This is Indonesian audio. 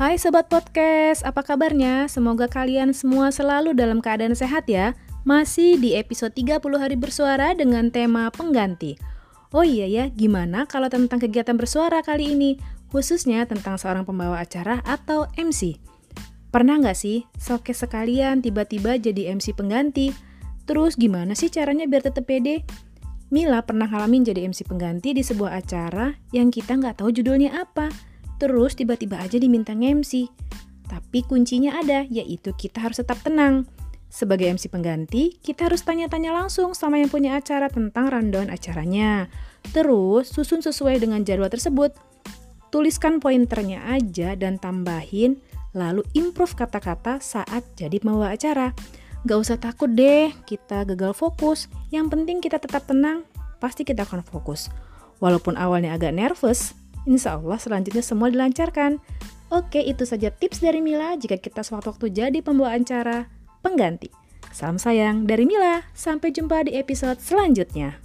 Hai Sobat Podcast, apa kabarnya? Semoga kalian semua selalu dalam keadaan sehat ya. Masih di episode 30 hari bersuara dengan tema pengganti. Oh iya ya, gimana kalau tentang kegiatan bersuara kali ini? Khususnya tentang seorang pembawa acara atau MC. Pernah nggak sih, showcase sekalian tiba-tiba jadi MC pengganti? Terus gimana sih caranya biar tetap pede? Mila pernah ngalamin jadi MC pengganti di sebuah acara yang kita nggak tahu judulnya apa. Terus tiba-tiba aja diminta nge-MC. Tapi kuncinya ada, yaitu kita harus tetap tenang. Sebagai MC pengganti, kita harus tanya-tanya langsung sama yang punya acara tentang rundown acaranya. Terus, susun sesuai dengan jadwal tersebut. Tuliskan pointernya aja dan tambahin, lalu improve kata-kata saat jadi pembawa acara. Gak usah takut deh kita gagal fokus. Yang penting kita tetap tenang, pasti kita akan fokus. Walaupun awalnya agak nervous, insya Allah selanjutnya semua dilancarkan. Oke, itu saja tips dari Mila jika kita sewaktu-waktu jadi pembawa acara pengganti. Salam sayang dari Mila, sampai jumpa di episode selanjutnya.